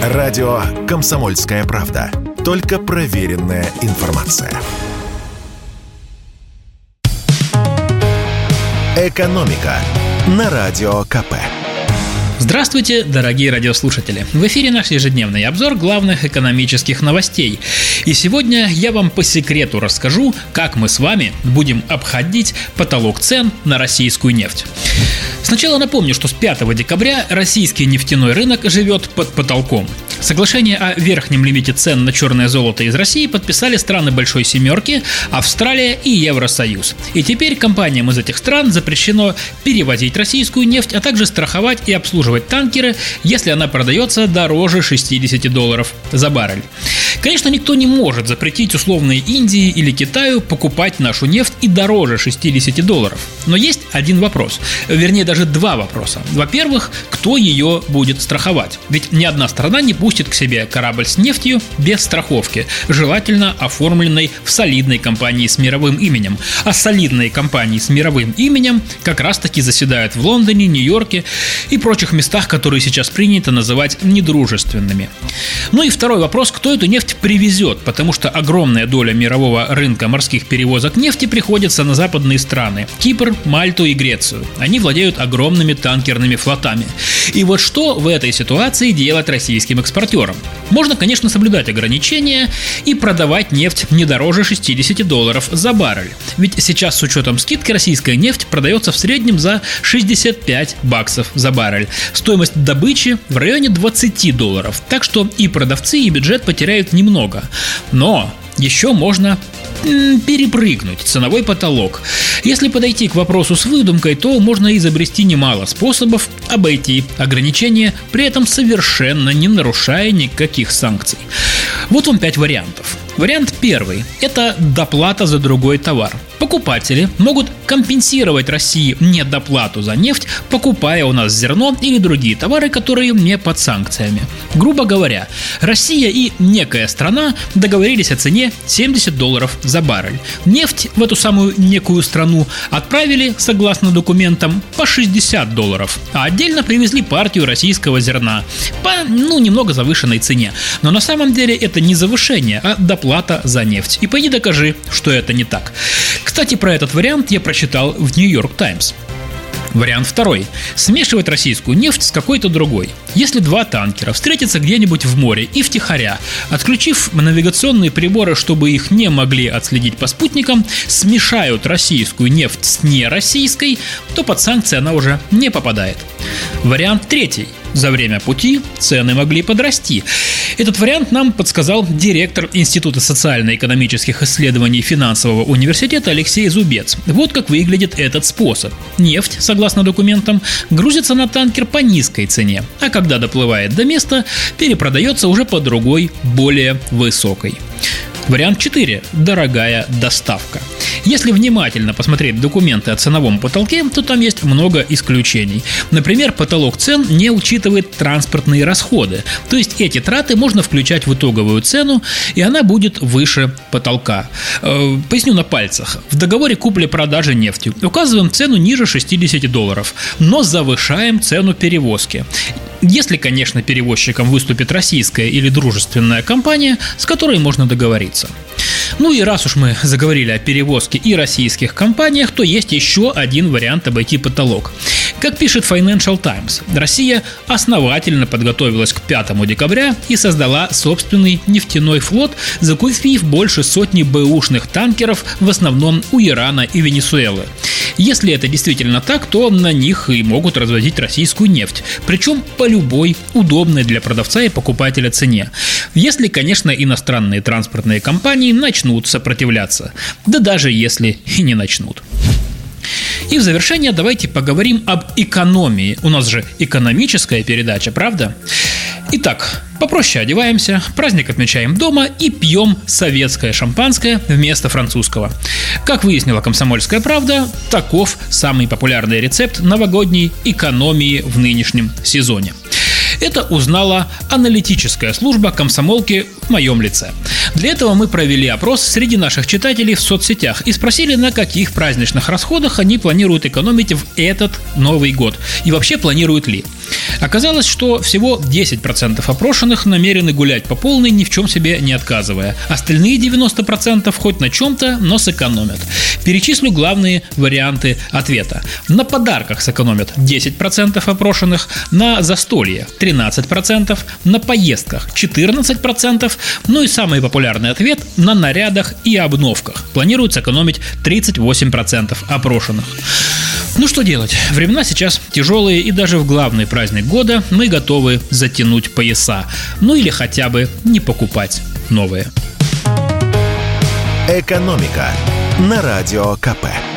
Радио «Комсомольская правда». Только проверенная информация. «Экономика» на Радио КП. Здравствуйте, дорогие радиослушатели! В эфире наш ежедневный обзор главных экономических новостей. И сегодня я вам по секрету расскажу, как мы с вами будем обходить потолок цен на российскую нефть. Сначала напомню, что с 5 декабря российский нефтяной рынок живет под потолком. Соглашение о верхнем лимите цен на черное золото из России подписали страны Большой Семерки, Австралия и Евросоюз. И теперь компаниям из этих стран запрещено перевозить российскую нефть, а также страховать и обслуживать танкеры, если она продается дороже $60 за баррель. Конечно, никто не может запретить условной Индии или Китаю покупать нашу нефть и дороже $60. Но есть один вопрос, вернее даже два вопроса. Во-первых, кто ее будет страховать? Ведь ни одна страна не пустит к себе корабль с нефтью без страховки, желательно оформленной в солидной компании с мировым именем. А солидные компании с мировым именем как раз-таки заседают в Лондоне, Нью-Йорке и прочих местах, которые сейчас принято называть недружественными. Ну и второй вопрос, кто эту нефть привезет, потому что огромная доля мирового рынка морских перевозок нефти приходится на западные страны – Кипр, Мальту и Грецию. Они владеют огромными танкерными флотами. И вот что в этой ситуации делать российским экспортерам? Можно, конечно, соблюдать ограничения и продавать нефть не дороже $60 за баррель. Ведь сейчас с учетом скидки российская нефть продается в среднем за $65 за баррель. Стоимость добычи в районе $20. Так что и продавцы, и бюджет потеряют немного. Но еще можно перепрыгнуть ценовой потолок. Если подойти к вопросу с выдумкой, то можно изобрести немало способов обойти ограничения, при этом совершенно не нарушая никаких санкций. Вот вам 5 вариантов. Вариант первый – это доплата за другой товар. Покупатели могут компенсировать России недоплату за нефть, покупая у нас зерно или другие товары, которые не под санкциями. Грубо говоря, Россия и некая страна договорились о цене $70 за баррель. Нефть в эту самую некую страну отправили, согласно документам, по $60, а отдельно привезли партию российского зерна по, немного завышенной цене. Но на самом деле это не завышение, а доплата за нефть. И пойди докажи, что это не так. Кстати, про этот вариант я прочитал в Нью-Йорк Таймс. Вариант второй. Смешивать российскую нефть с какой-то другой. Если два танкера встретятся где-нибудь в море и втихаря, отключив навигационные приборы, чтобы их не могли отследить по спутникам, смешают российскую нефть с нероссийской, то под санкции она уже не попадает. Вариант третий. За время пути цены могли подрасти. Этот вариант нам подсказал директор Института социально-экономических исследований Финансового университета Алексей Зубец. Вот как выглядит этот способ. Нефть, согласно документам, грузится на танкер по низкой цене, а когда доплывает до места, перепродается уже по другой, более высокой. Вариант 4. Дорогая доставка. Если внимательно посмотреть документы о ценовом потолке, то там есть много исключений. Например, потолок цен не учитывает транспортные расходы. То есть эти траты можно включать в итоговую цену, и она будет выше потолка. Поясню на пальцах. В договоре купли-продажи нефти указываем цену ниже $60, но завышаем цену перевозки. Если, конечно, перевозчиком выступит российская или дружественная компания, с которой можно договориться. Ну и раз уж мы заговорили о перевозке и российских компаниях, то есть еще один вариант обойти потолок. Как пишет Financial Times, Россия основательно подготовилась к 5 декабря и создала собственный нефтяной флот, закупив больше сотни бэушных танкеров, в основном у Ирана и Венесуэлы. Если это действительно так, то на них и могут развозить российскую нефть, причем по любой удобной для продавца и покупателя цене. Если, конечно, иностранные транспортные компании начнут сопротивляться, да даже если и не начнут. И в завершение давайте поговорим об экономии. У нас же экономическая передача, правда? Итак, попроще одеваемся, праздник отмечаем дома и пьем советское шампанское вместо французского. Как выяснила «Комсомольская правда», таков самый популярный рецепт новогодней экономии в нынешнем сезоне. Это узнала аналитическая служба комсомолки в моем лице. Для этого мы провели опрос среди наших читателей в соцсетях и спросили, на каких праздничных расходах они планируют экономить в этот Новый год и вообще планируют ли. Оказалось, что всего 10% опрошенных намерены гулять по полной, ни в чем себе не отказывая. Остальные 90% хоть на чем-то, но сэкономят. Перечислю главные варианты ответа. На подарках сэкономят 10% опрошенных, на застолье 13%, на поездках 14%, ну и самый популярный ответ – на нарядах и обновках. Планируют сэкономить 38% опрошенных. Ну что делать? Времена сейчас тяжелые, и даже в главный праздник года мы готовы затянуть пояса. Ну или хотя бы не покупать новые. «Экономика» на Радио КП.